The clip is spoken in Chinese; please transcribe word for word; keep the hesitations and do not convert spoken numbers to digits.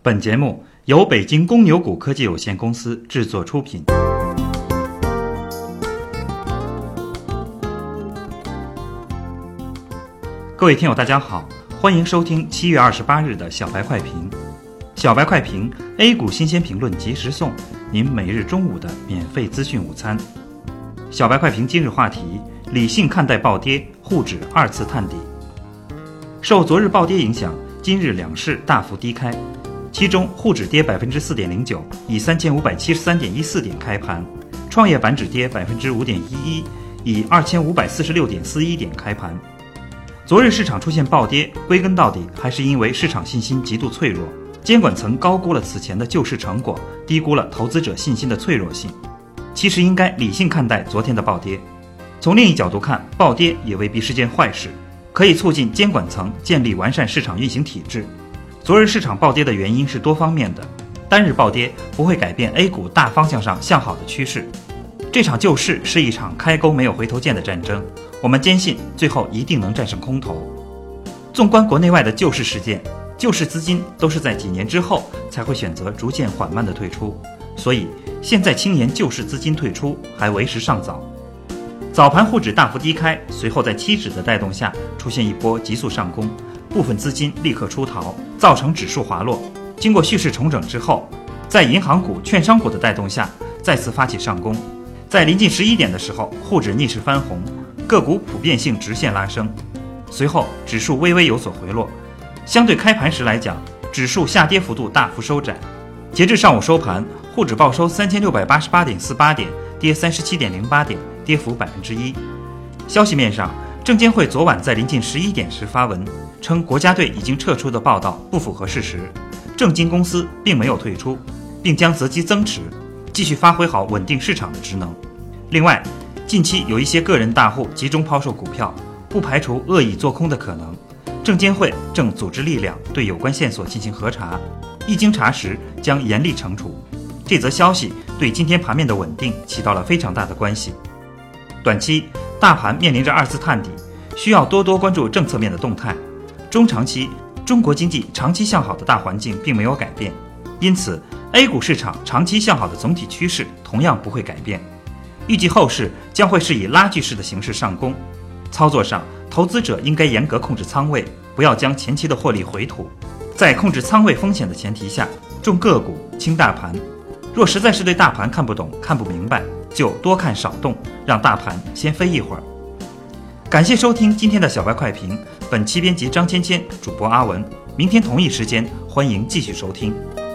本节目由北京公牛股科技有限公司制作出品。各位听友大家好，欢迎收听七月二十八日的小白快评。小白快评 A 股新鲜评论及时送，您每日中午的免费资讯午餐。小白快评今日话题：理性看待暴跌，沪指二次探底。受昨日暴跌影响，今日两市大幅低开，其中沪指跌 百分之四点零九， 以三千五百七十三点一四点开盘；创业板指跌 百分之五点一一， 以二千五百四十六点四一点开盘。昨日市场出现暴跌，归根到底还是因为市场信心极度脆弱，监管层高估了此前的救市成果，低估了投资者信心的脆弱性。其实应该理性看待昨天的暴跌。从另一角度看，暴跌也未必是件坏事，可以促进监管层建立完善市场运行体制。昨日市场暴跌的原因是多方面的，单日暴跌不会改变 A 股大方向上向好的趋势。这场救市是一场开钩没有回头箭的战争，我们坚信最后一定能战胜空头。纵观国内外的救市事件，救市资金都是在几年之后才会选择逐渐缓慢的退出，所以现在轻言救市资金退出还为时尚早。早盘沪指大幅低开，随后在期指的带动下出现一波急速上攻，部分资金立刻出逃，造成指数滑落。经过蓄势重整之后，在银行股、券商股的带动下再次发起上攻。在临近十一点的时候，沪指逆势翻红，个股普遍性直线拉升，随后指数微微有所回落。相对开盘时来讲，指数下跌幅度大幅收窄。截至上午收盘，沪指报收三千六百八十八点四八点，跌三十七点零八点，跌幅百分之一。消息面上，证监会昨晚在临近十一点时发文称，国家队已经撤出的报道不符合事实，证金公司并没有退出，并将择机增持，继续发挥好稳定市场的职能。另外，近期有一些个人大户集中抛售股票，不排除恶意做空的可能。证监会正组织力量对有关线索进行核查，一经查实将严厉惩处。这则消息对今天盘面的稳定起到了非常大的关系。短期大盘面临着二次探底，需要多多关注政策面的动态。中长期中国经济长期向好的大环境并没有改变，因此 A 股市场长期向好的总体趋势同样不会改变。预计后市将会是以拉锯式的形式上攻，操作上投资者应该严格控制仓位，不要将前期的获利回吐。在控制仓位风险的前提下，重个股轻大盘。若实在是对大盘看不懂看不明白，就多看少动，让大盘先飞一会儿。感谢收听今天的小白快评，本期编辑张芊芊，主播阿文。明天同一时间欢迎继续收听。